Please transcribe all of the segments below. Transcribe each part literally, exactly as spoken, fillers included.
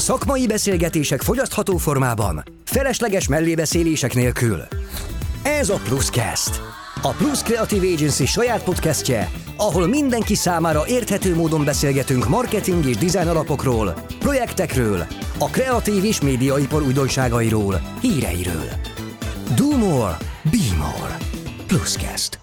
Szakmai beszélgetések fogyasztható formában, felesleges mellébeszélések nélkül. Ez a Pluscast, a Plus Creative Agency saját podcastje, ahol mindenki számára érthető módon beszélgetünk marketing és design alapokról, projektekről, a kreatív és médiaipar újdonságairól, híreiről. Do more, be more. Pluscast.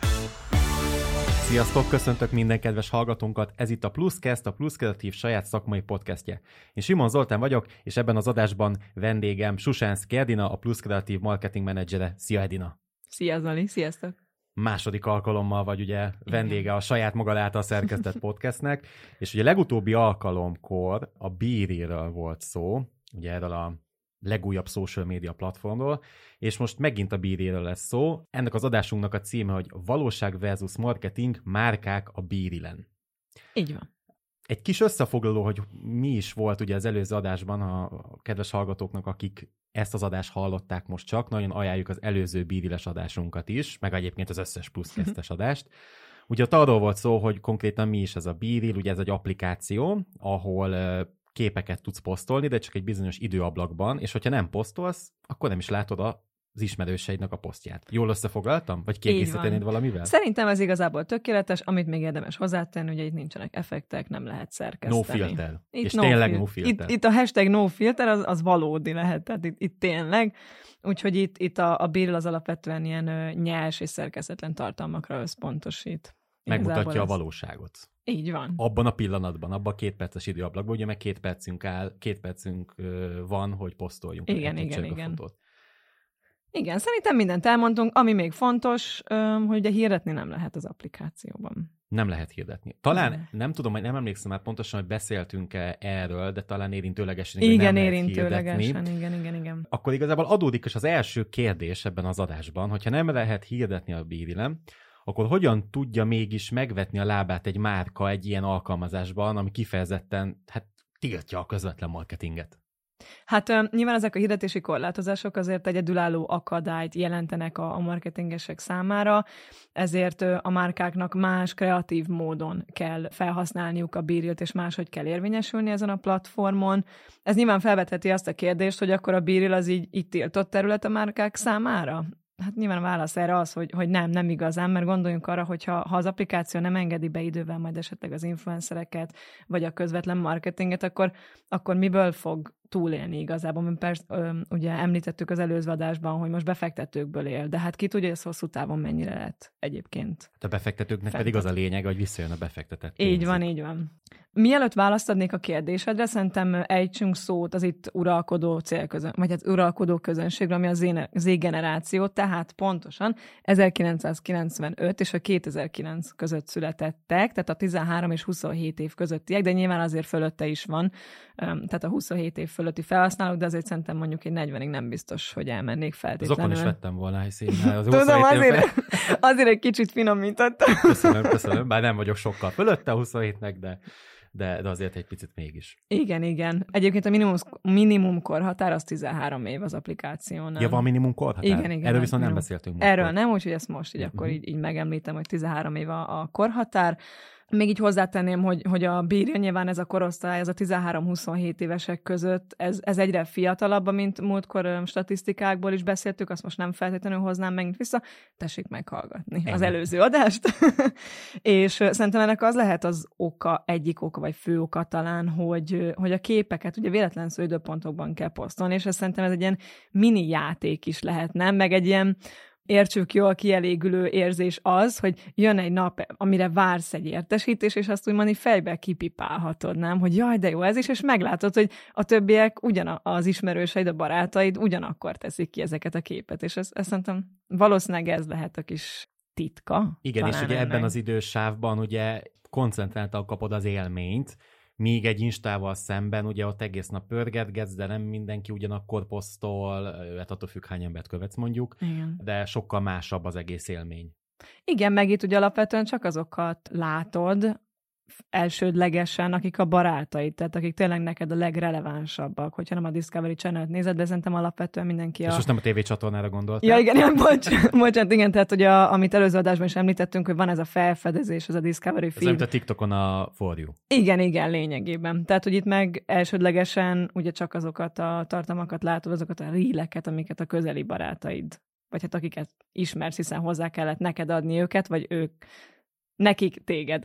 Sziasztok, köszöntök minden kedves hallgatónkat, ez itt a Pluscast, a Plus Creative saját szakmai podcastje. Én Simon Zoltán vagyok, és ebben az adásban vendégem Susánszky Edina, a Plus Creative Marketing Menedzsere. Szia Edina! Szia Zoli, sziasztok! Második alkalommal vagy ugye vendége a saját magad által szerkesztett podcastnek, és ugye legutóbbi alkalomkor a BeReal-ről volt szó, ugye erről a legújabb social media platformról, és most megint a BeReal-ről lesz szó. Ennek az adásunknak a címe, hogy Valóság versus Marketing, márkák a BeReal-en. Így van. Egy kis összefoglaló, hogy mi is volt ugye az előző adásban a kedves hallgatóknak, akik ezt az adást hallották most csak, nagyon ajánljuk az előző BeReal-es adásunkat is, meg egyébként az összes Pluscast-es adást. Ugye ott arról volt szó, hogy konkrétan mi is ez a BeReal, ugye ez egy applikáció, ahol képeket tudsz posztolni, de csak egy bizonyos időablakban, és hogyha nem posztolsz, akkor nem is látod az ismerőseidnek a posztját. Jól összefoglaltam? Vagy kiegészítenéd valamivel? Szerintem ez igazából tökéletes, amit még érdemes hozzátenni, ugye itt nincsenek effektek, nem lehet szerkeszteni. No filter. Itt és no tényleg fil- no filter. Itt, itt a hashtag no filter az, az valódi lehet, tehát itt, itt tényleg. Úgyhogy itt, itt a, a BeReal az alapvetően ilyen ö, nyers és szerkesztetlen tartalmakra összpontosít. Megmutatja Igazából a ez... valóságot. Így van. Abban a pillanatban, abban a két perces időablakban, ugye meg két percünk áll, két percünk ö, van, hogy posztoljunk. Igen, igen, igen. Fotót. Igen, szerintem mindent elmondtunk. Ami még fontos, ö, hogy ugye hirdetni nem lehet az applikációban. Nem lehet hirdetni. Talán, nem, nem tudom, nem emlékszem már pontosan, hogy beszéltünk-e erről, de talán érintőlegesen. Igen, nem érintőlegesen, igen, igen, igen. Akkor igazából adódik is az első kérdés ebben az adásban, hogyha nem lehet hirdetni a BeReal-en, akkor hogyan tudja mégis megvetni a lábát egy márka egy ilyen alkalmazásban, ami kifejezetten hát, tiltja a közvetlen marketinget? Hát nyilván ezek a hirdetési korlátozások azért egyedülálló akadályt jelentenek a, a marketingesek számára, ezért a márkáknak más kreatív módon kell felhasználniuk a BeReal-t, és máshogy kell érvényesülni ezen a platformon. Ez nyilván felvetheti azt a kérdést, hogy akkor a BeReal az így, így tiltott terület a márkák számára? Hát nyilván a válasz erre az, hogy, hogy nem, nem igazán, mert gondoljunk arra, hogy ha, ha az applikáció nem engedi be idővel majd esetleg az influencereket, vagy a közvetlen marketinget, akkor, akkor miből fog túlélni igazából? Mert persze, ö, ugye említettük az előző adásban, hogy most befektetőkből él, de hát ki tudja, hogy ez hosszú távon mennyire lett egyébként. A befektetőknek Fentet. pedig az a lényeg, hogy visszajön a befektetett pénzük. Így van, így van. Mielőtt választ adnék a kérdésedre, szerintem ejtsünk szót az itt uralkodó célközön, vagy az uralkodó közönségről, ami a Z-generáció, tehát pontosan ezerkilencszázkilencvenöt és a kétezer-kilenc között születettek, tehát a tizenhárom és huszonhét év közöttiek, de nyilván azért fölötte is van, tehát a huszonhét év fölötti felhasználók, de azért szerintem mondjuk egy negyvenig nem biztos, hogy elmennék feltétlenül. Azokon is vettem volna, hiszen az Tudom, azért, azért egy kicsit finomítottam. Köszönöm, köszönöm, bár nem vagyok sokkal fölötte a huszonhétnek, de De, de azért egy picit mégis. Igen, igen. Egyébként a minimum, minimum korhatár az tizenhárom év az applikáción. Ja, van minimum korhatár? Igen, igen. Erről viszont nem minimum. beszéltünk. Erről most. nem, úgyhogy ezt most így uh-huh. akkor így, így megemlítem, hogy tizenhárom év a, a korhatár. Még így hozzátenném, hogy, hogy a BeReal nyilván ez a korosztály, ez a tizenhárom-huszonhét évesek között, ez, ez egyre fiatalabb, mint múltkor statisztikákból is beszéltük, azt most nem feltétlenül hoznám megint vissza, tessék meghallgatni Ennyi. az előző adást. És szerintem ennek az lehet az oka, egyik oka, vagy fő oka talán, hogy, hogy a képeket ugye véletlen szó időpontokban kell posztolni, és ez szerintem ez egy ilyen mini játék is lehetne, meg egy ilyen értsük jól, kielégülő érzés az, hogy jön egy nap, amire vársz egy értesítés, és azt úgymond így fejbe kipipálhatod, nem? Hogy jaj, de jó ez is, és meglátod, hogy a többiek, ugyan az ismerőseid, a barátaid ugyanakkor teszik ki ezeket a képet, és ez, ez szerintem valószínűleg ez lehet a kis titka. Igen, és ugye ennek. ebben az idősávban ugye koncentráltan kapod az élményt, míg egy Instával szemben, ugye ott egész nap pörgetgetsz, de nem mindenki ugyanakkor posztol, hát attól függ, hány embert követsz mondjuk, Igen. de sokkal másabb az egész élmény. Igen, meg itt ugye alapvetően csak azokat látod, elsődlegesen, akik a barátaid, tehát akik tényleg neked a legrelevánsabbak, hogyha nem a Discovery Channel-t nézed, de szerintem alapvetően mindenki a... És most nem a tévécsatornára gondoltál? Ja, igen, igen, bocs, bocsánat, igen, tehát hogy a, amit előző adásban is említettünk, hogy van ez a felfedezés, ez a Discovery feed. Ez nem a TikTokon a For You. Igen, igen, lényegében. Tehát, hogy itt meg elsődlegesen ugye csak azokat a tartalmakat látod, azokat a ríleket, amiket a közeli barátaid, vagy hát akiket ismersz, hiszen hozzá kellett neked adni őket, vagy ők nekik téged.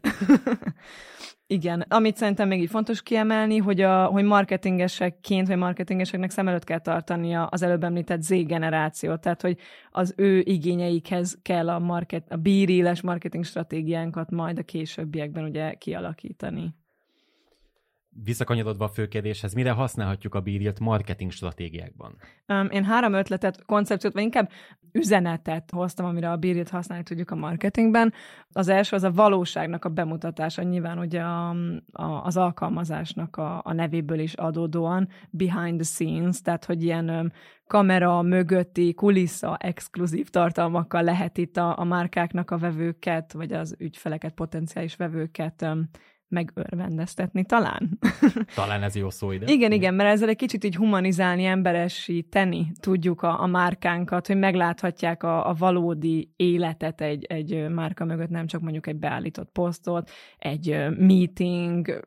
Igen. Amit szerintem még így fontos kiemelni, hogy, a, hogy marketingesekként, vagy marketingeseknek szem előtt kell tartania az előbb említett Z-generációt, tehát hogy az ő igényeikhez kell a, market, a bíréles marketing stratégiánkat majd a későbbiekben ugye kialakítani. Visszakanyarodva a fő kérdéshez, mire használhatjuk a bírilt marketing stratégiákban? Um, én három ötletet, koncepciót, vagy inkább üzenetet hoztam, amire a bírilt használni tudjuk a marketingben. Az első az a valóságnak a bemutatása, nyilván ugye a, a, az alkalmazásnak a, a nevéből is adódóan, behind the scenes, tehát hogy ilyen um, kamera mögötti, kulissza, exkluzív tartalmakkal lehet itt a, a márkáknak a vevőket, vagy az ügyfeleket, potenciális vevőket um, megörvendeztetni talán. Talán ez jó szó ide. Igen, igen, mert ezzel egy kicsit így humanizálni, emberesíteni tudjuk a, a márkánkat, hogy megláthatják a, a valódi életet egy, egy márka mögött, nem csak mondjuk egy beállított posztot, egy meeting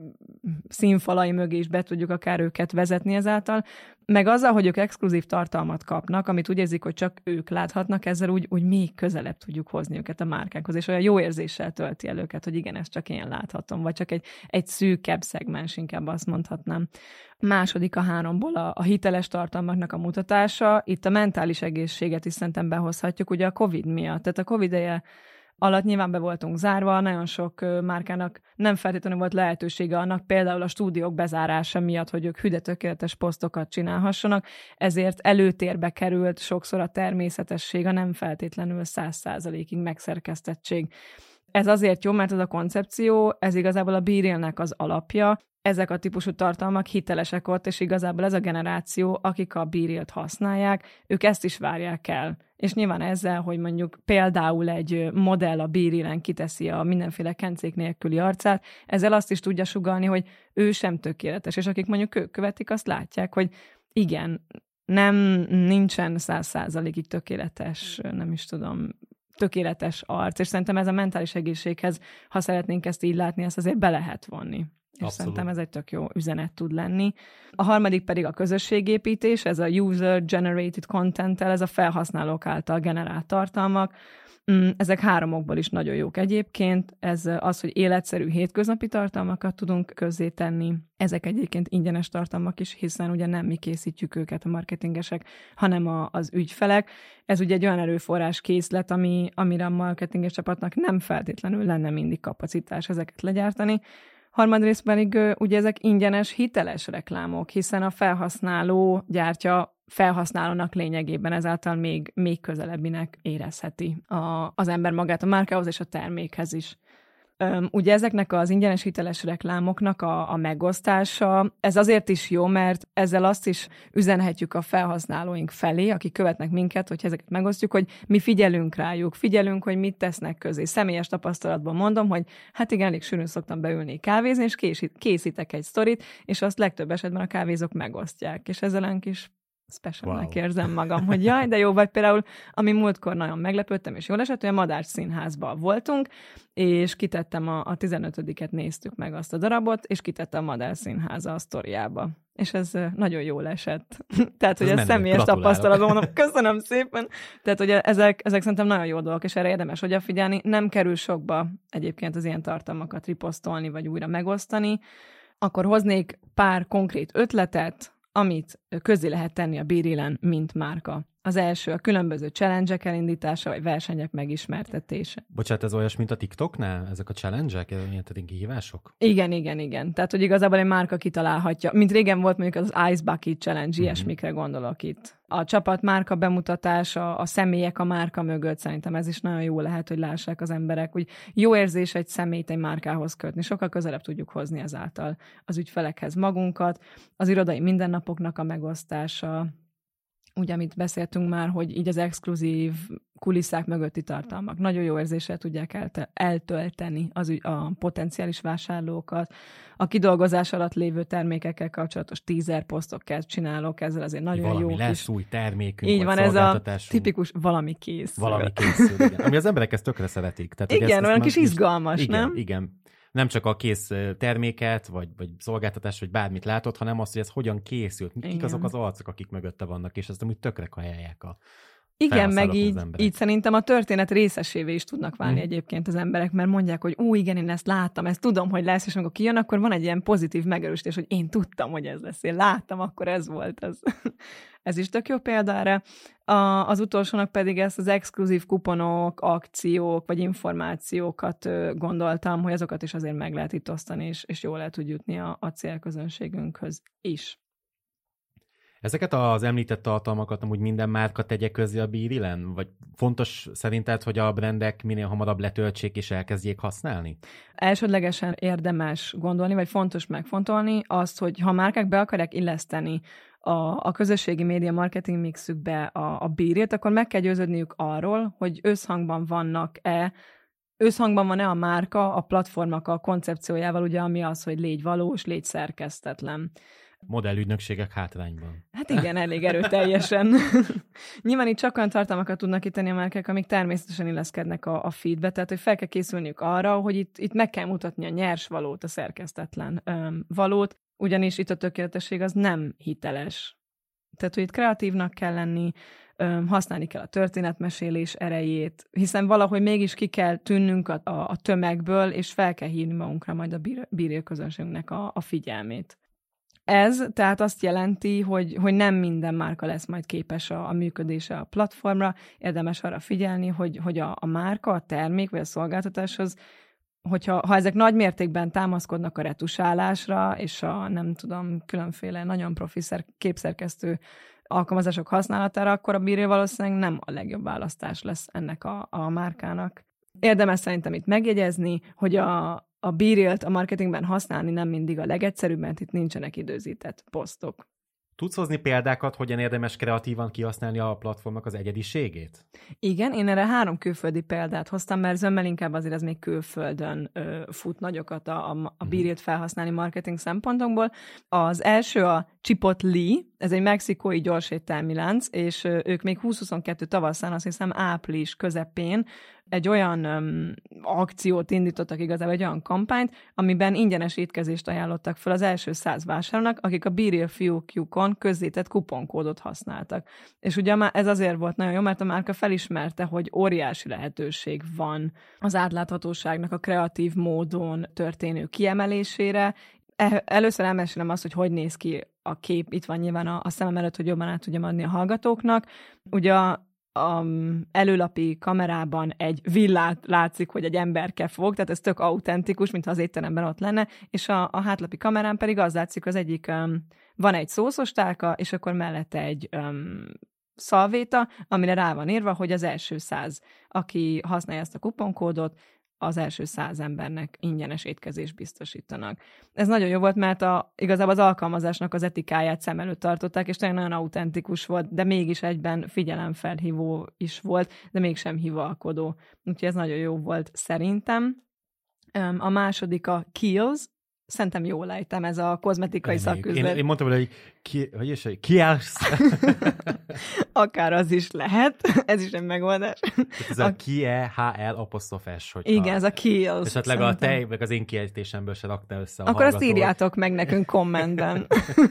színfalai mögé is be tudjuk akár őket vezetni ezáltal, meg azzal, hogy ők exkluzív tartalmat kapnak, amit úgy érzik, hogy csak ők láthatnak, ezzel úgy, úgy még közelebb tudjuk hozni őket a márkákhoz, és olyan jó érzéssel tölti el őket, hogy igen, ezt csak én láthatom, vagy csak egy, egy szűkebb szegmens, inkább azt mondhatnám. Második a háromból a, a hiteles tartalmaknak a mutatása, itt a mentális egészséget is szerintem behozhatjuk, ugye a Covid miatt, tehát a Covid-eje alatt nyilván be voltunk zárva, nagyon sok márkának nem feltétlenül volt lehetősége annak, például a stúdiók bezárása miatt, hogy ők hüde tökéletes posztokat csinálhassanak, ezért előtérbe került sokszor a természetesség, a nem feltétlenül száz százalékig megszerkesztettség. Ez azért jó, mert ez a koncepció, ez igazából a bírélnek az alapja, ezek a típusú tartalmak hitelesek ott, és igazából ez a generáció, akik a bírélt használják, ők ezt is várják el. És nyilván ezzel, hogy mondjuk például egy modell a bírélen kiteszi a mindenféle kencék nélküli arcát, ezzel azt is tudja sugallni, hogy ő sem tökéletes, és akik mondjuk ők követik, azt látják, hogy igen, nem, nincsen száz százalékig tökéletes, nem is tudom, tökéletes arc, és szerintem ez a mentális egészséghez, ha szeretnénk ezt így látni, ezt azért be lehet vonni. És Abszolút. Szerintem ez egy tök jó üzenet tud lenni. A harmadik pedig a közösségépítés, ez a user-generated content-tel, ez a felhasználók által generált tartalmak. Ezek háromokból is nagyon jók egyébként. Ez az, hogy életszerű hétköznapi tartalmakat tudunk közzétenni. Ezek egyébként ingyenes tartalmak is, hiszen ugye nem mi készítjük őket, a marketingesek, hanem a, az ügyfelek. Ez ugye egy olyan erőforrás készlet, ami, amire a marketinges csapatnak nem feltétlenül lenne mindig kapacitás ezeket legyártani. Harmadrészt pedig ugye ezek ingyenes, hiteles reklámok, hiszen a felhasználó gyártja felhasználónak lényegében, ezáltal még, még közelebbinek érezheti a, az ember magát a márkához és a termékhez is. Üm, ugye ezeknek az ingyenes hiteles reklámoknak a, a megosztása, ez azért is jó, mert ezzel azt is üzenhetjük a felhasználóink felé, akik követnek minket, hogy ezeket megosztjuk, hogy mi figyelünk rájuk, figyelünk, hogy mit tesznek közé. Személyes tapasztalatban mondom, hogy hát igen, elég sűrűn szoktam beülni kávézni, és készítek egy sztorit, és azt legtöbb esetben a kávézók megosztják, és ezzel egy kis specialnek wow. érzem magam, hogy jaj, de jó, vagy például, ami múltkor nagyon meglepődtem, és jól esett, hogy a Madách Színházban voltunk, és kitettem a, a tizenötödiket néztük meg azt a darabot, és kitettem a Madách Színháza a sztoriába. És ez nagyon jól esett. Tehát, hogy ez, ez személyes tapasztalatban mondom, köszönöm szépen. Tehát, hogy ezek, ezek szerintem nagyon jó dolgok, és erre érdemes odafigyelni. Nem kerül sokba egyébként az ilyen tartalmakat riposztolni, vagy újra megosztani. Akkor hoznék pár konkrét ötletet, amit közé lehet tenni a bírélen, mint márka. Az első a különböző challenge-ek elindítása, vagy versenyek megismertetése. Bocsánat, ez olyas, mint a TikToknál? Ezek a challenge-ek, ilyen kihívások? Igen, igen, igen. Tehát, hogy igazából egy márka kitalálhatja. Mint régen volt mondjuk az Ice Bucket Challenge, mm-hmm. ilyesmikre gondolok itt. A csapat márka bemutatása, a személyek a márka mögött, szerintem ez is nagyon jó lehet, hogy lássák az emberek, hogy jó érzés egy személyt egy márkához kötni. Sokkal közelebb tudjuk hozni ezáltal az ügyfelekhez magunkat, az irodai mindennapoknak a megosztása, ugye, amit beszéltünk már, hogy így az exkluzív kulisszák mögötti tartalmak nagyon jó érzéssel tudják elte- eltölteni az ügy, a potenciális vásárlókat. A kidolgozás alatt lévő termékekkel kapcsolatos teaser posztokat csinálok, ezzel azért nagyon valami jó lesz, kis... új termékünk, így vagy van, ez a tipikus valami kész. Valami készül, igen. Ami az emberek ezt tökre szeretik. Tehát, igen, ezt, olyan ezt kis izgalmas, igen, nem? Igen, nem csak a kész terméket, vagy, vagy szolgáltatást, vagy bármit látod, hanem azt, hogy ez hogyan készült, kik igen. azok az arcok, akik mögötte vannak, és ezt amúgy tökre kajálják a igen, meg így, így szerintem a történet részesévé is tudnak válni hmm. egyébként az emberek, mert mondják, hogy ú, igen, én ezt láttam, ezt tudom, hogy lesz, és amikor kijön, akkor van egy ilyen pozitív megerősítés, hogy én tudtam, hogy ez lesz, én láttam, akkor ez volt. Ez, ez is tök jó példa erre. A, az utolsónak pedig ezt az exkluzív kuponok, akciók, vagy információkat gondoltam, hogy azokat is azért meg lehet itt osztani, és, és jól el tud jutni a, a célközönségünkhöz is. Ezeket az említett tartalmakat amúgy minden márka tegye közzé a bírilen? Vagy fontos szerinted, hogy a brandek minél hamarabb letöltsék és elkezdjék használni? Elsődlegesen érdemes gondolni, vagy fontos megfontolni azt, hogy ha a márkák be akarják illeszteni a, a közösségi média marketing mixükbe a, a bírilt, akkor meg kell győződniük arról, hogy összhangban vannak-e Összhangban van-e a márka a platformnak a koncepciójával, ugye, ami az, hogy légy valós, légy szerkesztetlen. Modellügynökségek hátrányban. Hát igen, elég erőteljesen. Nyilván itt csak olyan tartalmakat tudnak itt tenni a márkák, amik természetesen illeszkednek a, a feedbe, tehát hogy fel kell készülniük arra, hogy itt, itt meg kell mutatni a nyers valót, a szerkesztetlen öm, valót, ugyanis itt a tökéletesség az nem hiteles. Tehát, hogy itt kreatívnak kell lenni, öm, használni kell a történetmesélés erejét, hiszen valahogy mégis ki kell tűnnünk a, a, a tömegből, és fel kell hívni magunkra majd a bír, bírélközönségünknek a, a figyelmét. Ez tehát azt jelenti, hogy, hogy nem minden márka lesz majd képes a, a működése a platformra, érdemes arra figyelni, hogy, hogy a, a márka, a termék vagy a szolgáltatáshoz, hogyha ha ezek nagy mértékben támaszkodnak a retusálásra, és a nem tudom, különféle nagyon profi szer, képszerkesztő alkalmazások használatára, akkor a bíré valószínűleg nem a legjobb választás lesz ennek a, a márkának. Érdemes szerintem itt megjegyezni, hogy a A bírélt a marketingben használni nem mindig a legegyszerűbb, mert itt nincsenek időzített posztok. Tudsz hozni példákat, hogyan érdemes kreatívan kihasználni a platformnak az egyediségét? Igen, én erre három külföldi példát hoztam, mert zömmel inkább azért ez még külföldön ö, fut nagyokat a, a, a bírélt felhasználni marketing szempontokból. Az első a Chipotle, ez egy mexikói gyorséttermi lánc, és ö, ők még húsz-huszonkettő tavaszán, azt hiszem április közepén egy olyan um, akciót indítottak igazából, egy olyan kampányt, amiben ingyenes étkezést ajánlottak fel az első száz vásárlónak, akik a bíril fiókjukon közzétett kuponkódot használtak. És ugye ez azért volt nagyon jó, mert a márka felismerte, hogy óriási lehetőség van az átláthatóságnak a kreatív módon történő kiemelésére. Először elmesélem azt, hogy hogy néz ki a kép, itt van nyilván a, a szemem előtt, hogy jobban át tudjam adni a hallgatóknak. Ugye a a előlapi kamerában egy villát látszik, hogy egy emberke fog, tehát ez tök autentikus, mintha az étteremben ott lenne, és a, a hátlapi kamerán pedig az látszik, az egyik um, van egy szószos tálka, és akkor mellette egy um, szalvéta, amire rá van írva, hogy az első száz, aki használja ezt a kuponkódot, az első száz embernek ingyenes étkezést biztosítanak. Ez nagyon jó volt, mert a, igazából az alkalmazásnak az etikáját szem előtt tartották, és tényleg nagyon autentikus volt, de mégis egyben figyelemfelhívó is volt, de mégsem hivalkodó. Úgyhogy ez nagyon jó volt szerintem. A második a Kiehl's, szerintem jól ejtem, ez a kozmetikai szakközlet. Én, én mondtam, hogy ki, hogy is, Kiehl's. Akár az is lehet, ez is egy megoldás. Ez a, a K-E-H-L apostrof S. Igen, ez a Kiehl's. Esetleg a te, meg az én kiejtésemből se rakta össze a Akkor hallgató. azt írjátok meg nekünk kommentben.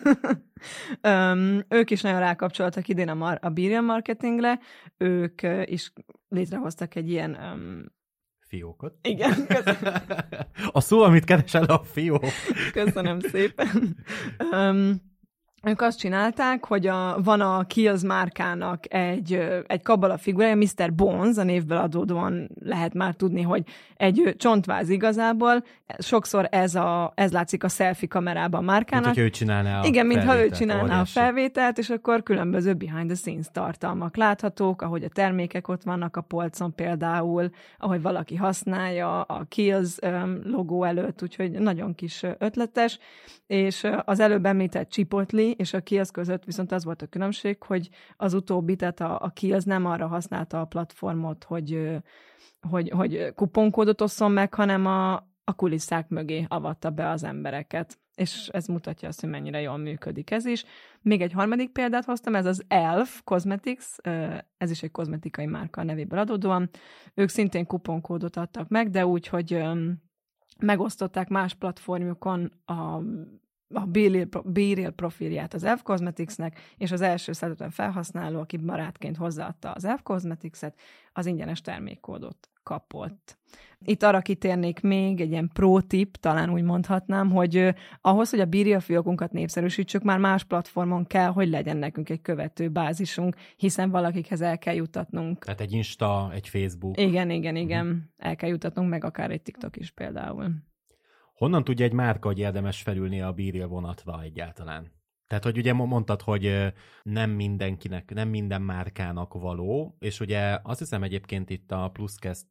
um, ők is nagyon rákapcsoltak idén a, mar- a Birion marketingre, ők uh, is létrehoztak egy ilyen... Um, fiókot. Igen. A szó, amit keresel, a fiók. Köszönöm szépen. Um, ők azt csinálták, hogy a, van a Kiehl's márkának egy, egy kabbala figurája, miszter Bones, a névből adódóan lehet már tudni, hogy egy csontváz igazából. Sokszor ez, a, ez látszik a selfie kamerában a márkának. Mint, hogy ő csinálná a Igen, mintha ő csinálná óriási. a felvételt, és akkor különböző behind the scenes tartalmak láthatók, ahogy a termékek ott vannak a polcon például, ahogy valaki használja a Kiehl's um, logó előtt, úgyhogy nagyon kis ötletes. És az előbb említett Chipotle, Billy és a Kills között viszont az volt a különbség, hogy az utóbbi, tehát a, a Kills nem arra használta a platformot, hogy, hogy, hogy kuponkódot osszon meg, hanem a, a kulisszák mögé avatta be az embereket. És ez mutatja azt, hogy mennyire jól működik ez is. Még egy harmadik példát hoztam, ez az Elf Cosmetics, ez is egy kozmetikai márka a nevéből adódóan. Ők szintén kuponkódot adtak meg, de úgy, hogy megosztották más platformjukon a a BeReal profilját az Elf Cosmeticsnek, és az első száz ötven felhasználó, aki barátként hozzáadta az Elf Cosmeticset, az ingyenes termékkódot kapott. Itt arra kitérnék még, egy ilyen pro tip, talán úgy mondhatnám, hogy uh, ahhoz, hogy a BeReal fiókunkat népszerűsítsük, már más platformon kell, hogy legyen nekünk egy követő bázisunk, hiszen valakikhez el kell jutatnunk. Tehát egy Insta, egy Facebook. Igen, igen, igen. Uh-huh. El kell jutatnunk, meg akár egy TikTok is például. Honnan tudja egy márka, hogy érdemes felülni a BeReal vonatra egyáltalán? Tehát, hogy ugye mondtad, hogy nem mindenkinek, nem minden márkának való, és ugye azt hiszem egyébként itt a Pluscast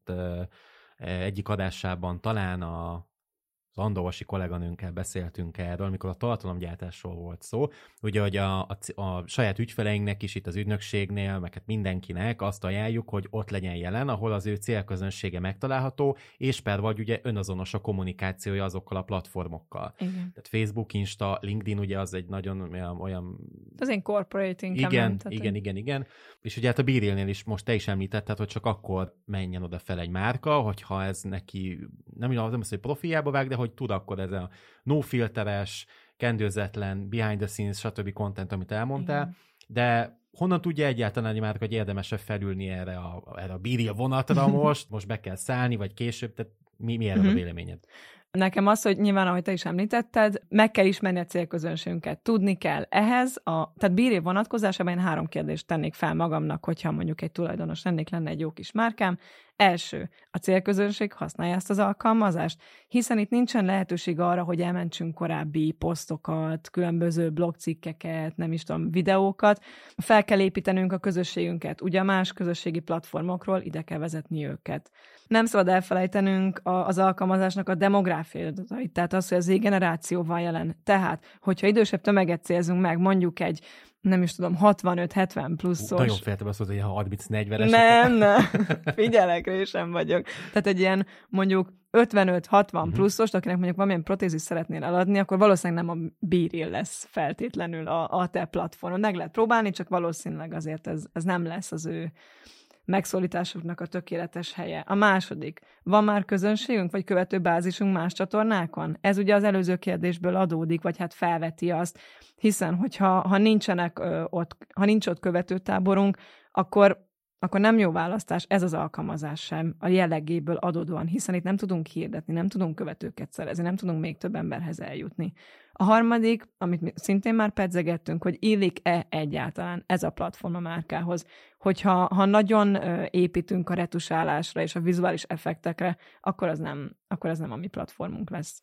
egyik adásában talán a az Andolvasi kolléganőnkkel beszéltünk erről, amikor a tartalomgyártásról volt szó, ugye, hogy a, a, a saját ügyfeleinknek is itt az ügynökségnél, meg hát mindenkinek azt ajánljuk, hogy ott legyen jelen, ahol az ő célközönsége megtalálható, és per vagy ugye önazonos a kommunikációja azokkal a platformokkal. Igen. Tehát Facebook, Insta, LinkedIn ugye az egy nagyon olyan... olyan... Az én corporate income. Igen, nem, igen, igen, igen. És ugye hát a BeRealnél is most te is említetted, hogy csak akkor menjen oda fel egy márka, hogyha ez neki, nem tudom, hogy profiába vág, de hogy tud akkor ez a no filteres, kendőzetlen, behind the scenes, stb. Content, amit elmondtál, igen. De honnan tudja egyáltalán egy márka, hogy érdemes felülni erre a, erre a BeReal vonatra most, most be kell szállni, vagy később, tehát mi, mi erről uh-huh. a véleményed? Nekem az, hogy nyilván, ahogy te is említetted, meg kell ismerni a célközönségünket, tudni kell ehhez. A, tehát BeReal vonatkozásában én három kérdést tennék fel magamnak, hogyha mondjuk egy tulajdonos lennék, lenne egy jó kis márkám. Első, a célközönség használja ezt az alkalmazást, hiszen itt nincsen lehetőség arra, hogy elmentsünk korábbi posztokat, különböző blogcikkeket, nem is tudom, videókat. Fel kell építenünk a közösségünket, ugye más közösségi platformokról ide kell vezetni őket. Nem szabad elfelejtenünk az alkalmazásnak a demográfiai adatait, tehát az, hogy az Z-generáció van jelen. Tehát, hogyha idősebb tömeget célzunk meg, mondjuk egy nem is tudom, hatvanöt-hetven pluszos. Nagyon féltem azt, hogy harminc-negyvenes. Nem, nem. Figyelek, résem vagyok. Tehát egy ilyen mondjuk ötvenöt-hatvan uh-huh. pluszost, akinek mondjuk valamilyen protézis szeretnél eladni, akkor valószínűleg nem a BeReal lesz feltétlenül a, a te platformon. Meg lehet próbálni, csak valószínűleg azért ez, ez nem lesz az ő megszólításoknak a tökéletes helye. A második, van már közönségünk, vagy követőbázisunk más csatornákon? Ez ugye az előző kérdésből adódik, vagy hát felveti azt, hiszen hogyha ha nincsenek ö, ott, ha nincs ott követőtáborunk, akkor akkor nem jó választás ez az alkalmazás sem a jellegéből adódóan, hiszen itt nem tudunk hirdetni, nem tudunk követőket szerezni, nem tudunk még több emberhez eljutni. A harmadik, amit szintén már pedzegettünk, hogy illik-e egyáltalán ez a platform a márkához, hogyha ha nagyon építünk a retusálásra és a vizuális effektekre, akkor az nem, akkor ez nem a mi platformunk lesz.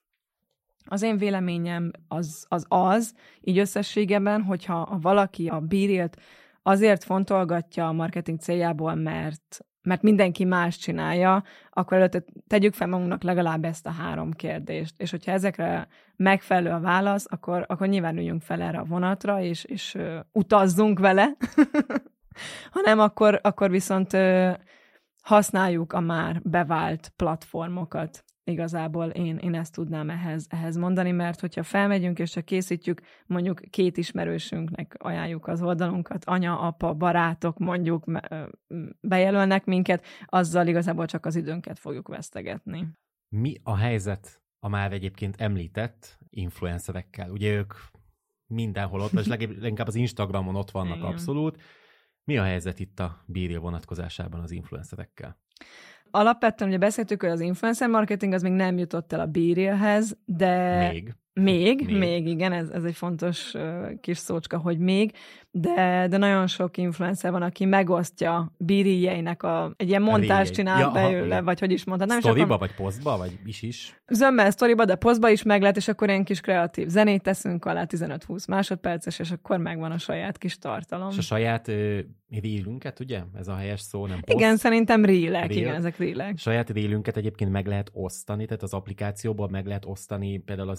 Az én véleményem az az, az így összességében, hogyha valaki a BeRealt azért fontolgatja a marketing céljából, mert, mert mindenki más csinálja, akkor előtte tegyük fel magunknak legalább ezt a három kérdést. És hogyha ezekre megfelelő a válasz, akkor, akkor nyilván üljünk fel erre a vonatra, és, és uh, utazzunk vele. Ha nem, akkor, akkor viszont uh, használjuk a már bevált platformokat. Igazából én, én ezt tudnám ehhez, ehhez mondani, mert hogyha felmegyünk és csak készítjük, mondjuk két ismerősünknek ajánljuk az oldalunkat, anya, apa, barátok mondjuk bejelölnek minket, azzal igazából csak az időnket fogjuk vesztegetni. Mi a helyzet a már egyébként említett influencerekkel? Ugye ők mindenhol ott, és leginkább az Instagramon ott vannak. Igen. Abszolút. Mi a helyzet itt a BeReal vonatkozásában az influencerekkel? Alapvetően ugye beszéltük, hogy az influencer marketing az még nem jutott el a BeRealhez, de... Még. Még, még, még igen, ez, ez egy fontos uh, kis szócska, hogy még, de, de nagyon sok influencer van, aki megosztja BeReal-jeinek a, egy ilyen montást csinál ja, belőle, vagy hogy is mondhatnám. Sztoriba, vagy posztba, vagy is is? Zömmel sztoriba, de posztba is meg lehet, és akkor ilyen kis kreatív zenét teszünk alá tizenöt-húsz másodperces, és akkor megvan a saját kis tartalom. És a saját uh, reelünket, ugye? Ez a helyes szó, nem poszt? Igen, szerintem reelek, Reel. igen, ezek reelek. Saját reelünket egyébként meg lehet osztani, tehát az applikációból meg lehet osztani például az Instán,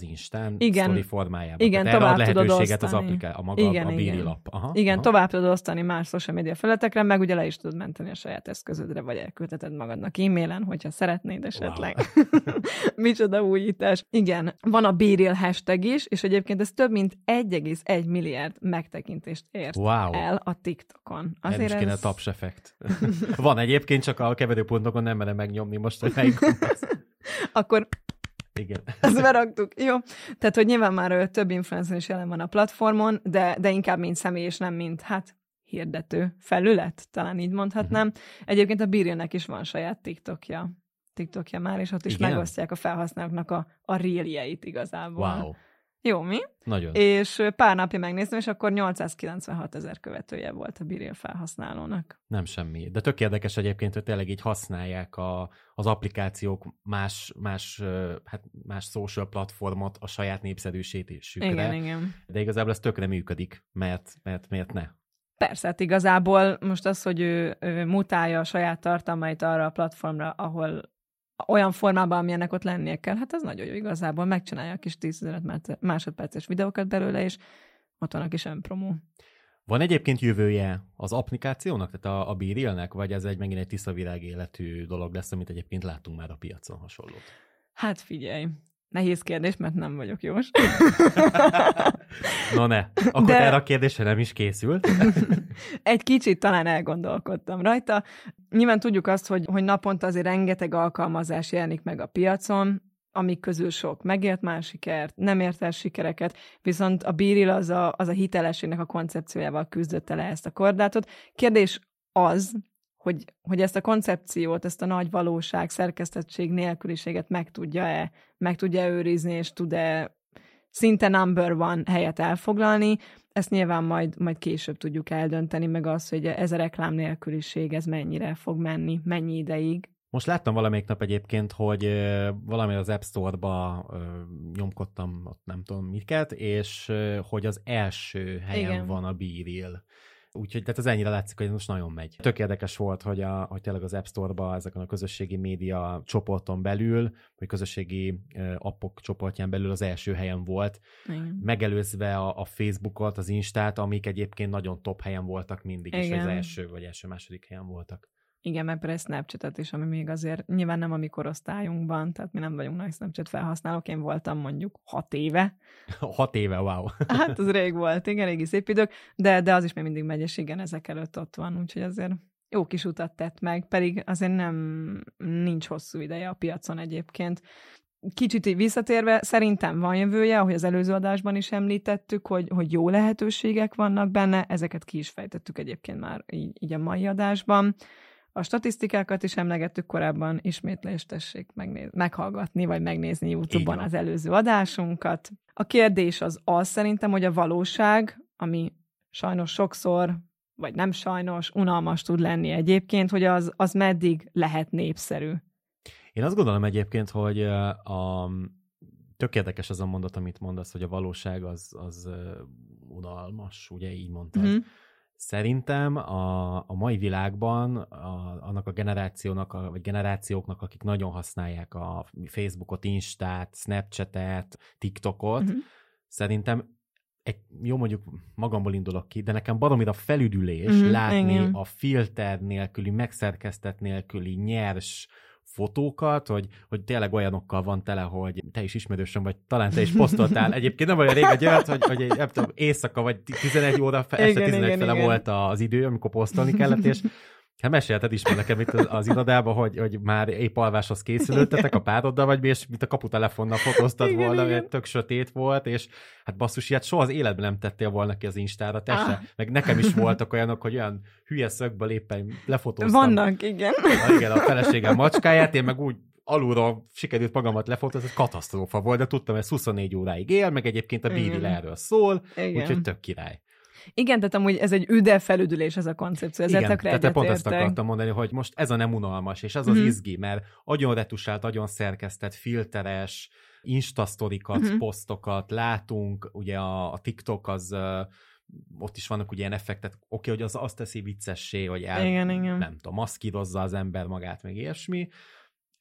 talán igen, sztori formájában. Igen, tehát tovább erre ad tudod lehetőséget osztani. az appliká- a maga igen, a igen. bírilap. Aha, igen, aha. tovább tudod osztani más social media felületekre, meg ugye le is tudod menteni a saját eszközödre, vagy elküldheted magadnak e-mailen, hogyha szeretnéd esetleg. Wow. Micsoda újítás. Igen, van a bíril hashtag is, és egyébként ez több mint egy egész egy milliárd megtekintést ért wow. el a TikTokon. Azért ez is kéne ez... a taps effekt. Van egyébként, csak a keverőpontokon nem merem megnyomni most, hogy melyik Akkor igen. Ezt beraktuk. Jó. Tehát, hogy nyilván már több influencer is jelen van a platformon, de, de inkább mint személy, és nem mint, hát, hirdető felület, talán így mondhatnám. Uh-huh. Egyébként a Bírilnek is van saját TikTokja. TikTokja már, és ott is igen? megosztják a felhasználóknak a, a reeljeit igazából. Wow. Jó, mi? Nagyon. És pár napja megnéztem, és akkor nyolcszázkilencvenhat ezer követője volt a Bíril felhasználónak. Nem semmi. De tök érdekes egyébként, hogy tényleg így használják a, az applikációk más, más, hát más social platformot a saját népszerűsítésükre. Igen, igen. De igazából ez tökre működik, mert, mert miért ne? Persze, hát igazából most az, hogy ő, ő mutálja a saját tartalmait arra a platformra, ahol olyan formában, amilyennek ott lennie kell, hát ez nagyon jó igazából. Megcsinálja a kis tíz-tizenöt másodperces videókat belőle, és ott van a kis önpromó. Van egyébként jövője az applikációnak, tehát a, a Bírilnek, vagy ez egy megint egy tiszta virág életű dolog lesz, amit egyébként láttunk már a piacon hasonlót? Hát figyelj, nehéz kérdés, mert nem vagyok jós. No ne, akkor De... erre a kérdésre nem is készült. Egy kicsit talán elgondolkodtam rajta. Nyilván tudjuk azt, hogy, hogy naponta azért rengeteg alkalmazás jelenik meg a piacon, amik közül sok megért már sikert, nem ért el sikereket, viszont a Bíril az a, az a hitelességnek a koncepciójával küzdötte le ezt a korlátot. Kérdés az, hogy, hogy ezt a koncepciót, ezt a nagy valóság, szerkesztettség nélküliséget meg tudja-e, meg tudja őrizni, és tud-e szinte number one helyet elfoglalni, ezt nyilván majd, majd később tudjuk eldönteni, meg az, hogy ez a reklám nélküliség, ez mennyire fog menni, mennyi ideig. Most láttam valamelyik nap egyébként, hogy valami az App Store-ba nyomkodtam, ott nem tudom miket, és hogy az első helyen igen. van a Bíril. Úgyhogy tehát az ennyire látszik, hogy ez most nagyon megy. Tök érdekes volt, hogy, a, hogy tényleg az App Store-ba, ezeken a közösségi média csoporton belül, vagy közösségi appok csoportján belül az első helyen volt, igen. megelőzve a, a Facebookot, az Instát, amik egyébként nagyon top helyen voltak mindig, igen. és az első vagy első-második helyen voltak. Igen, mert például Snapchatet is, ami még azért nyilván nem a mi korosztályunkban, tehát mi nem vagyunk nagy Snapchat felhasználók, én voltam mondjuk hat éve. Hat éve, wow. Hát az rég volt, igen, régi szép idők, de, de az is még mindig megy, és igen, ezek előtt ott van, úgyhogy azért jó kis utat tett meg, pedig azért nem nincs hosszú ideje a piacon egyébként. Kicsit így visszatérve, szerintem van jövője, ahogy az előző adásban is említettük, hogy, hogy jó lehetőségek vannak benne, ezeket ki is fejtettük egyébként már így, így a mai adásban. A statisztikákat is emlegettük korábban, ismétlést tessék megnéz, meghallgatni, vagy megnézni YouTube-on az előző adásunkat. A kérdés az az szerintem, hogy a valóság, ami sajnos sokszor, vagy nem sajnos, unalmas tud lenni egyébként, hogy az, az meddig lehet népszerű. Én azt gondolom egyébként, hogy a, tök érdekes az a mondat, amit mondasz, hogy a valóság az, az unalmas, ugye így mondtad. Mm-hmm. Szerintem a, a mai világban a, annak a generációnak, a, vagy generációknak, akik nagyon használják a Facebookot, Instát, Snapchatet, TikTokot, uh-huh. szerintem egy, jó mondjuk magamból indulok ki, de nekem baromira felüdülés uh-huh, látni igen. a filter nélküli, megszerkesztett nélküli nyers fotókat, hogy, hogy tényleg olyanokkal van tele, hogy te is ismerősöm vagy, talán te is posztoltál. Egyébként nem olyan rég, hogy olyat, hogy, hogy egy, nem tudom, éjszaka vagy tizenegy óra, este tizenegy fele volt az idő, amikor posztolni kellett, és hát mesélted is már nekem itt az, az irodába, hogy, hogy már épp alváshoz készülöttetek a pároddal, vagy mi, és mint a kaputelefonnal fotóztad igen, volna, igen. tök sötét volt, és hát basszus, ilyet soha az életben nem tettél volna ki az Instára, te ah. se. Meg nekem is voltak olyanok, hogy olyan hülye szögből éppen lefotóztam. Vannak, igen. A, igen, a feleségem macskáját, én meg úgy alulról sikerült magamat lefotózni, ez katasztrófa volt, de tudtam, hogy ez huszonnégy óráig él, meg egyébként a Bíril erről szól, úgyhogy tök király. Igen, tehát amúgy ez egy üde felüdülés ez a koncepció, ezzel igen, tökre tehát pont ezt akartam mondani, hogy most ez a nem unalmas, és ez az mm-hmm. izgi, mert agyon retusált, agyon szerkesztett, filteres, instasztorikat, mm-hmm. posztokat látunk, ugye a, a TikTok az, uh, ott is vannak ugye ilyen effektek, oké, okay, hogy az azt teszi viccessé, hogy el, igen, igen. nem tudom, maszkírozza az ember magát, meg ilyesmi,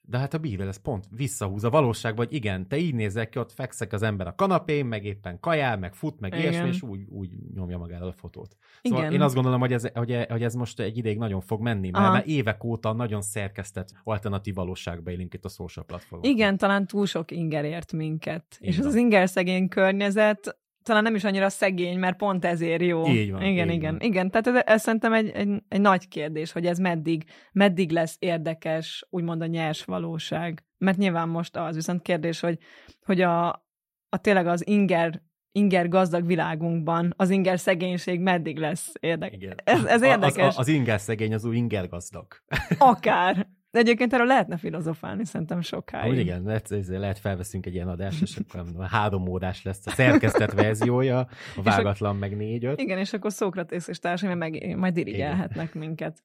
De hát a Be-Real ez pont visszahúz a valóságba, hogy igen, te így nézel ki, ott fekszek az ember a kanapén, meg éppen kajál, meg fut, meg igen. ilyesmi, és úgy, úgy nyomja magára a fotót. Szóval igen. Én azt gondolom, hogy ez, hogy, hogy ez most egy ideig nagyon fog menni, mert, mert évek óta nagyon szerkesztett alternatív valóságba élünk itt a social platformon. Igen, talán túl sok inger ért minket. Így és van. Az az inger szegény környezet talán nem is annyira szegény, mert pont ezért jó. Így van. Igen, így igen. Van. Igen, tehát ez, ez szerintem egy, egy, egy nagy kérdés, hogy ez meddig, meddig lesz érdekes, úgymond a nyers valóság. Mert nyilván most az, viszont kérdés, hogy, hogy a, a tényleg az inger, inger gazdag világunkban az inger szegénység meddig lesz érdekes. Igen. Ez, ez érdekes. Az, az, az inger szegény az új inger gazdag. Akár. De egyébként erről lehetne filozofálni, szerintem sokáig. Úgy igen, lehet, lehet felveszünk egy ilyen adást, és akkor három órás lesz a szerkesztett verziója, a vágatlan meg négy-öt. Igen, és akkor Szókratész és társai meg majd dirigyelhetnek minket.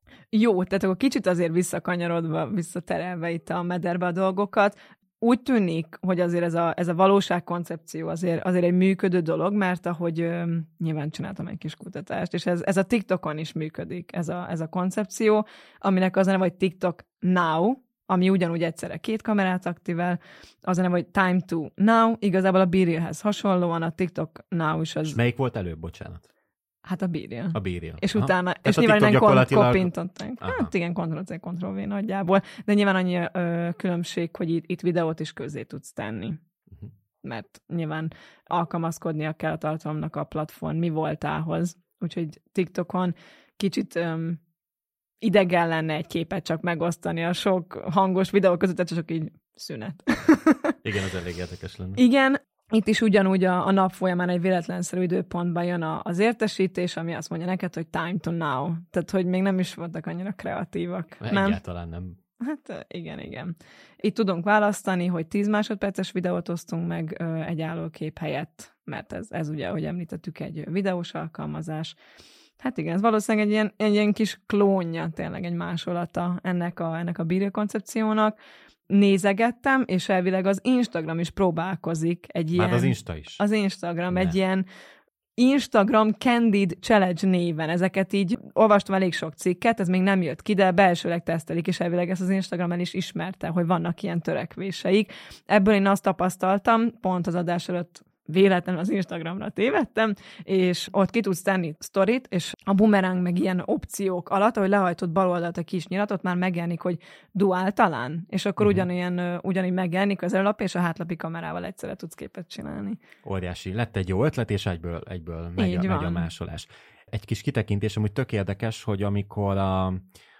Jó, tehát akkor kicsit azért visszakanyarodva, visszaterelve itt a mederbe a dolgokat, úgy tűnik, hogy azért ez a, ez a valóságkoncepció azért, azért egy működő dolog, mert ahogy ö, nyilván csináltam egy kis kutatást, és ez, ez a TikTokon is működik, ez a, ez a koncepció, aminek az a neve, hogy TikTok Now, ami ugyanúgy egyszerre két kamerát aktivál, az a neve, hogy Time to Now, igazából a Be-Realhez hasonlóan a TikTok Now is az... És melyik volt előbb, bocsánat? Hát a Be-Real. A Be-Real. És Aha. utána, Tehát és a nyilván TikTok innen gyakorlatilag... kopintották. Hát igen, Ctrl-C, Ctrl-V nagyjából, de nyilván annyi ö, különbség, hogy itt, itt videót is közzé tudsz tenni. Uh-huh. Mert nyilván alkalmazkodnia kell a tartalomnak a platform mi voltához. Úgyhogy TikTokon kicsit öm, idegen lenne egy képet csak megosztani a sok hangos videó között, csak így szünet. Igen, az elég érdekes lenne. Igen, itt is ugyanúgy a, a nap folyamán egy véletlenszerű időpontban jön a, az értesítés, ami azt mondja neked, hogy time to now. Tehát, hogy még nem is voltak annyira kreatívak. Egyáltalán nem. Hát igen, igen. Itt tudunk választani, hogy tíz másodperces videót osztunk meg ö, egy állókép helyett, mert ez, ez ugye, ahogy említettük, egy videós alkalmazás. Hát igen, ez valószínűleg egy ilyen, egy ilyen kis klónja, tényleg egy másolata ennek a, ennek a Be-Real koncepciónak. Nézegettem, és elvileg az Instagram is próbálkozik egy ilyen... Már az Insta is. Az Instagram ne. egy ilyen Instagram Candid Challenge néven. Ezeket így olvastam elég sok cikket, ez még nem jött ki, de belsőleg tesztelik, és elvileg ezt az Instagram el is ismerte, hogy vannak ilyen törekvéseik. Ebből én azt tapasztaltam, pont az adás előtt véletlenül az Instagramra tévedtem, és ott ki tudsz tenni sztorit, és a bumerang meg ilyen opciók alatt, ahogy lehajtott bal oldalt a kis nyilatot, már megjelenik, hogy duál talán, és akkor uh-huh. ugyanilyen, ugyanígy megjelenik az előlap, és a hátlapi kamerával egyszerre tudsz képet csinálni. Óriási. Lett egy jó ötlet, és egyből, egyből megy, a, megy a másolás. Egy kis kitekintés, amúgy tök érdekes, hogy amikor a,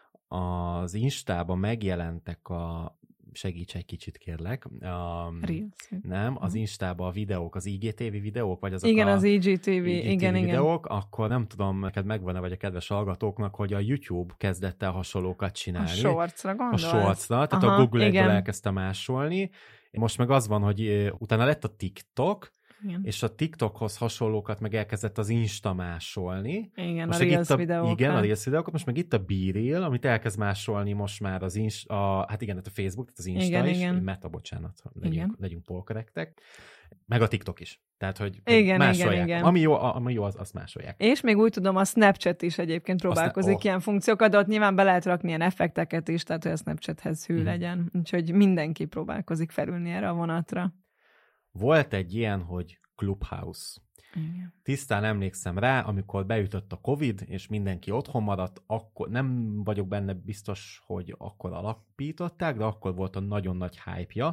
az Instában megjelentek a segíts egy kicsit, kérlek. Um, nem, az Instában a videók, az I G T V videók, vagy azok igen, a az I G T V, I G T V igen, videók, igen. akkor nem tudom, neked megvan-e, vagy a kedves hallgatóknak, hogy a YouTube kezdett el hasonlókat csinálni. A Shortsra gondolsz? A Shortsra, tehát Aha, a Google egyből elkezdte másolni. Most meg az van, hogy utána lett a TikTok, igen. és a TikTokhoz hasonlókat meg elkezdett az Insta másolni. Igen, most a Reels videókat. Igen, a Reels videókat, most meg itt a Be-Real, amit elkezd másolni most már az Insta, a, hát igen, a Facebook, tehát az Insta igen, is, igen. Meta, bocsánat, legyünk, legyünk polkorrektek, meg a TikTok is. Tehát, hogy igen, másolják. Igen, igen. Ami jó, ami jó az, azt másolják. És még úgy tudom, a Snapchat is egyébként próbálkozik Aztán, oh. ilyen funkciókat, de ott nyilván be lehet rakni ilyen effekteket is, tehát hogy a Snapchathez hű hmm. legyen. Úgyhogy mindenki próbálkozik felülni erre a vonatra. Volt egy ilyen, hogy Clubhouse. Igen. Tisztán emlékszem rá, amikor beütött a Covid, és mindenki otthon maradt, akkor nem vagyok benne biztos, hogy akkor alapították, de akkor volt a nagyon nagy hype-ja.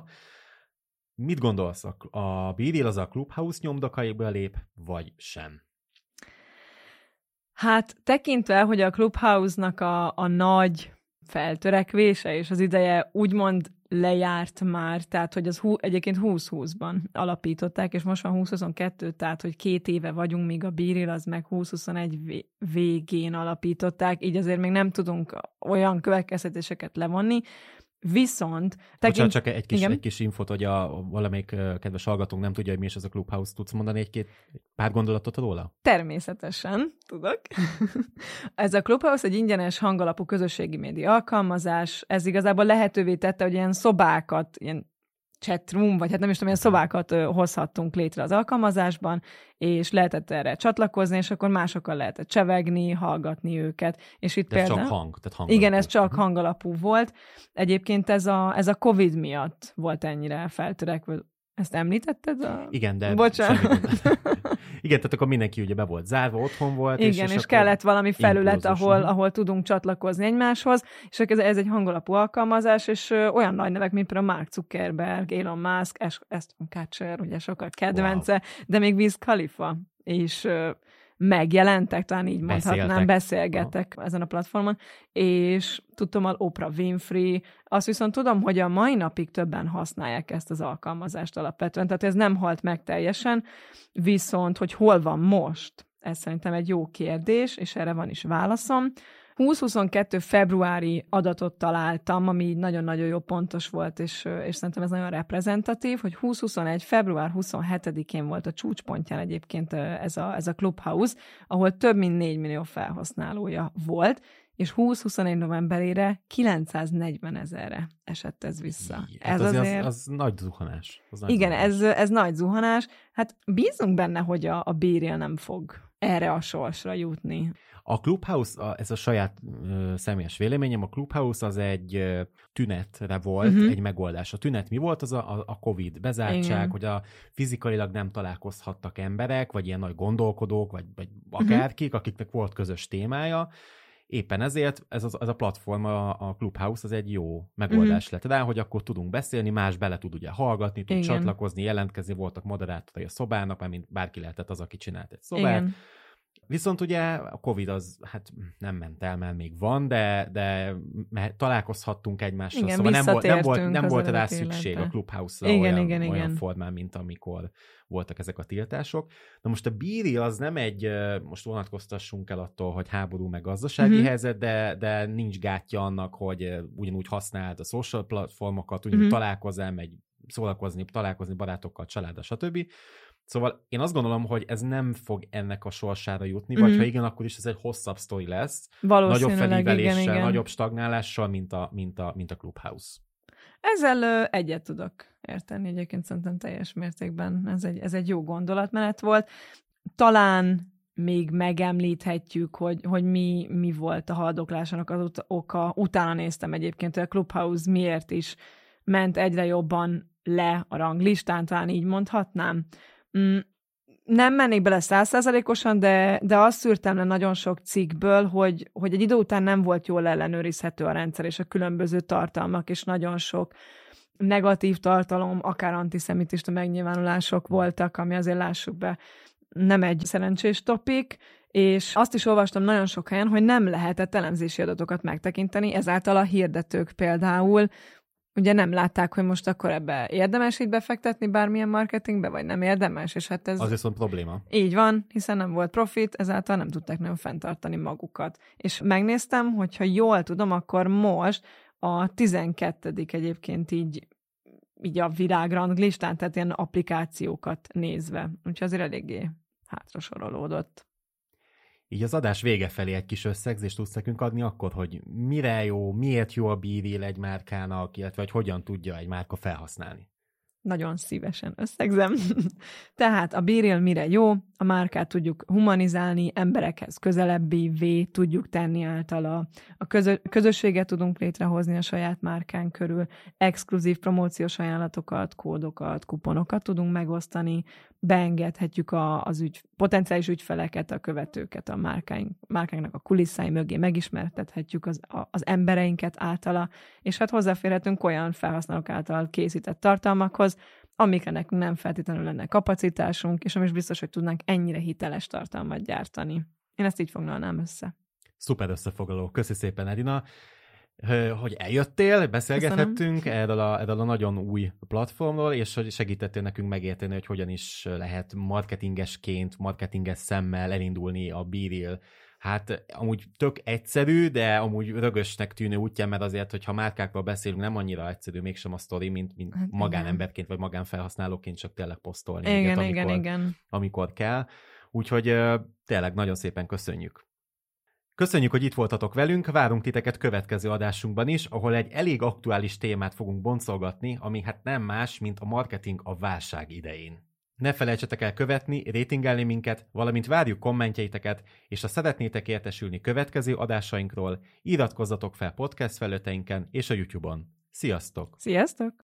Mit gondolsz, a Be-Real az a Clubhouse nyomdokaiból lép, vagy sem? Hát tekintve, hogy a Clubhouse-nak a, a nagy feltörekvése, és az ideje úgymond lejárt már, tehát hogy az hú, egyébként húsz-húszban alapították, és most van húsz-huszonkettő, tehát hogy két éve vagyunk, míg a Be-Real az meg húsz-huszonegy végén alapították, így azért még nem tudunk olyan következtetéseket levonni, viszont... Tekint... Bocsánat, csak egy kis, egy kis infot, hogy a valamelyik kedves hallgatónk nem tudja, hogy mi is az a Clubhouse. Tudsz mondani egy-két pár gondolatot róla? Természetesen, tudok. Ez a Clubhouse egy ingyenes hangalapú közösségi média alkalmazás. Ez igazából lehetővé tette, hogy ilyen szobákat, ilyen chatroom, vagy hát nem is tudom, milyen szobákat hozhattunk létre az alkalmazásban, és lehetett erre csatlakozni, és akkor másokkal lehetett csevegni, hallgatni őket. És itt De ez például... csak hang, tehát hang Igen, ez csak hangalapú volt. Egyébként ez a, ez a Covid miatt volt ennyire feltörekvő. Ezt említetted? A... Igen, de... Bocsánat. Igen, tehát akkor mindenki ugye be volt zárva, otthon volt. Igen, és, és, és kellett valami felület, ahol, uh-huh. ahol tudunk csatlakozni egymáshoz, és ez, ez egy hangalapú alkalmazás, és ö, olyan nagy nevek, mint például Mark Zuckerberg, Elon Musk, Ashton Kutcher, ugye sokkal kedvence, wow. de még Wiz Khalifa, és ö, megjelentek, talán így mondhatnám, Beszéltek. beszélgettek Aha. ezen a platformon, és tudtam, Oprah Winfrey, azt viszont tudom, hogy a mai napig többen használják ezt az alkalmazást alapvetően, tehát ez nem halt meg teljesen, viszont, hogy hol van most, ez szerintem egy jó kérdés, és erre van is válaszom. húsz-huszonkettő februári adatot találtam, ami nagyon-nagyon jó pontos volt, és, és szerintem ez nagyon reprezentatív, hogy húsz-huszonegy február huszonhetedikén volt a csúcspontján egyébként ez a, ez a Clubhouse, ahol több mint négy millió felhasználója volt, és húsz-huszonegy novemberére kilencszáznegyven ezerre esett ez vissza. Jé, ez hát azért... Az, az nagy zuhanás. Az nagy Igen, zuhanás. Ez, ez nagy zuhanás. Hát bízunk benne, hogy a, a Bíril nem fog erre a sorsra jutni. A Clubhouse, a, ez a saját ö, személyes véleményem, a Clubhouse az egy ö, tünetre volt, uh-huh. egy megoldás. A tünet mi volt? Az a, a Covid bezártság, Igen. hogy a fizikailag nem találkozhattak emberek, vagy ilyen nagy gondolkodók, vagy, vagy akárkik, uh-huh. akiknek volt közös témája. Éppen ezért ez, az, ez a platform, a, a Clubhouse, az egy jó megoldás uh-huh. lett rá, hogy akkor tudunk beszélni, más bele tud ugye hallgatni, tud Igen. csatlakozni, jelentkezni, voltak moderátorai a szobának, mert mint bárki lehetett az, aki csinált egy szobát. Igen. Viszont ugye a Covid az hát nem ment el, mert még van, de, de találkozhattunk egymással, igen, szóval nem volt, nem volt, nem volt rá szükség a Clubhouse-ra igen, olyan, igen, olyan igen. formán, mint amikor voltak ezek a tiltások. Na most a Bíril az nem egy, most vonatkoztassunk el attól, hogy háború meg gazdasági uh-huh. helyzet, de, de nincs gátja annak, hogy ugyanúgy használd a social platformokat, ugyanúgy uh-huh. találkozzál, megy szórakozni, találkozni barátokkal, családdal, stb. Szóval én azt gondolom, hogy ez nem fog ennek a sorsára jutni, mm-hmm. vagy ha igen, akkor is ez egy hosszabb sztori lesz. Nagyobb felíveléssel, igen, igen. nagyobb stagnálással, mint a, mint a, mint a Clubhouse. Ezzel ö, egyet tudok érteni, egyébként szerintem teljes mértékben ez egy, ez egy jó gondolatmenet volt. Talán még megemlíthetjük, hogy, hogy mi, mi volt a haldoklásának az ut- oka. Utána néztem egyébként, hogy a Clubhouse miért is ment egyre jobban le a ranglistán, talán így mondhatnám. Nem mennék bele száz százalékosan, de, de azt szűrtem le nagyon sok cikkből, hogy, hogy egy idő után nem volt jól ellenőrizhető a rendszer és a különböző tartalmak, és nagyon sok negatív tartalom, akár antiszemitista megnyilvánulások voltak, ami azért lássuk be, nem egy szerencsés topik, és azt is olvastam nagyon sok helyen, hogy nem lehetett elemzési adatokat megtekinteni, ezáltal a hirdetők például ugye nem látták, hogy most akkor ebbe érdemes így befektetni bármilyen marketingbe, vagy nem érdemes, és hát ez... Az viszont probléma. Így van, hiszen nem volt profit, ezáltal nem tudták nagyon fenntartani magukat. És megnéztem, hogyha jól tudom, akkor most a tizenkettedik egyébként így, így a világranglistán, tehát ilyen applikációkat nézve. Úgyhogy azért eléggé hátrasorolódott. Így az adás vége felé egy kis összegzést tudsz nekünk adni akkor, hogy mire jó, miért jó a Bíril egy márkának, illetve hogy hogyan tudja egy márka felhasználni? Nagyon szívesen összegzem. Tehát a Bíril mire jó? A márkát tudjuk humanizálni, emberekhez közelebbivé tudjuk tenni általa. A közö- közösséget tudunk létrehozni a saját márkán körül, exkluzív promóciós ajánlatokat, kódokat, kuponokat tudunk megosztani, beengedhetjük a, az ügy, potenciális ügyfeleket, a követőket a márkáink, márkánknak a kulisszái mögé, megismertethetjük az, a, az embereinket általa, és hát hozzáférhetünk olyan felhasználók által készített tartalmakhoz, amikre nekünk nem feltétlenül lenne kapacitásunk, és ami is biztos, hogy tudnánk ennyire hiteles tartalmat gyártani. Én ezt így foglalnám össze. Szuper összefoglaló. Köszi szépen, Edina, hogy eljöttél, beszélgethettünk erről a, erről a nagyon új platformról, és hogy segítettél nekünk megérteni, hogy hogyan is lehet marketingesként, marketinges szemmel elindulni a Bíril. Hát amúgy tök egyszerű, de amúgy rögösnek tűnő útján, mert azért, hogyha márkákról beszélünk, nem annyira egyszerű mégsem a sztori, mint, mint hát magánemberként, vagy magánfelhasználóként csak tényleg posztolni. Igen, egyet, igen, amikor, igen. amikor kell. Úgyhogy tényleg nagyon szépen köszönjük. Köszönjük, hogy itt voltatok velünk, várunk titeket következő adásunkban is, ahol egy elég aktuális témát fogunk boncolgatni, ami hát nem más, mint a marketing a válság idején. Ne felejtsetek el követni, rétingelni minket, valamint várjuk kommentjeiteket, és ha szeretnétek értesülni következő adásainkról, iratkozzatok fel podcast felületeinken és a YouTube-on. Sziasztok! Sziasztok!